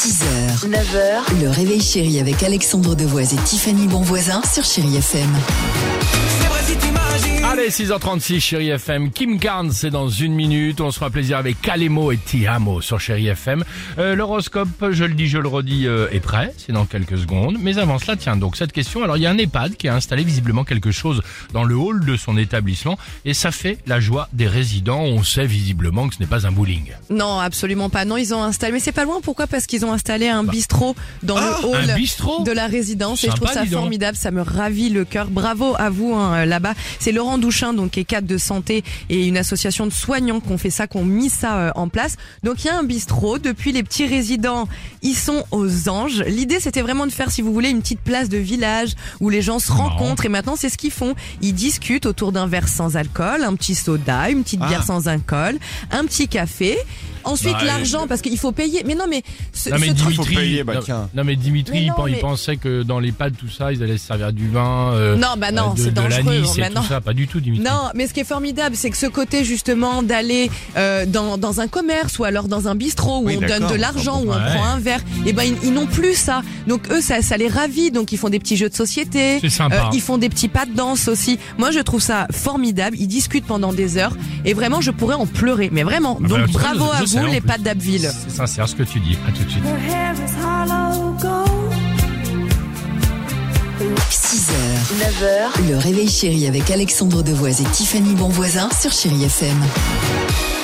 6h, 9h, le réveil chéri avec Alexandre Devoise et Tiffany Bonvoisin sur Chéri FM. Allez, 6h36, Chéri FM. Kim Carnes, c'est dans une minute. On se fera plaisir avec Calemo et Tiamo sur Chéri FM. L'horoscope, je le dis, je le redis, est prêt. C'est dans quelques secondes. Mais avant cela, tiens, donc cette question. Alors, il y a un EHPAD qui a installé visiblement quelque chose dans le hall de son établissement. Et ça fait la joie des résidents. On sait visiblement que ce n'est pas un bowling. Non, absolument pas. Non, ils ont installé, mais c'est pas loin. Pourquoi ? Parce qu'ils ont installé un bistrot dans le hall de la résidence. Et je trouve ça formidable. Ça me ravit le cœur. Bravo à vous là-bas. C'est Laurent Douchin, donc qui est cadre de santé et une association de soignants qui ont fait ça, qui ont mis ça en place. Donc il y a un bistrot. Depuis, les petits résidents, ils sont aux anges. L'idée, c'était vraiment de faire, si vous voulez, une petite place de village où les gens se rencontrent. Et maintenant, c'est ce qu'ils font. Ils discutent autour d'un verre sans alcool, un petit soda, une petite bière sans alcool, un petit café. Ensuite, l'argent, parce qu'il faut payer. Mais non, mais Dimitri, faut payer, Dimitri, il pensait que dans les pads, tout ça, ils allaient se servir du vin, c'est de dangereux. l'anis et tout ça. Pas du tout, Dimitri. Non, mais ce qui est formidable, c'est que ce côté, justement, d'aller dans un commerce ou alors dans un bistrot où on donne de l'argent, où on prend un verre, et ben ils n'ont plus ça. Donc eux, ça les ravit. Donc ils font des petits jeux de société. C'est sympa. Ils font des petits pas de danse aussi. Moi, je trouve ça formidable. Ils discutent pendant des heures. Et vraiment, je pourrais en pleurer. Mais vraiment. Donc bravo à vous, les pattes d'Abbeville. C'est sincère ce que tu dis. À tout de suite. 6h, 9h, le réveil chéri avec Alexandre Devoise et Tiffany Bonvoisin sur Chéri FM.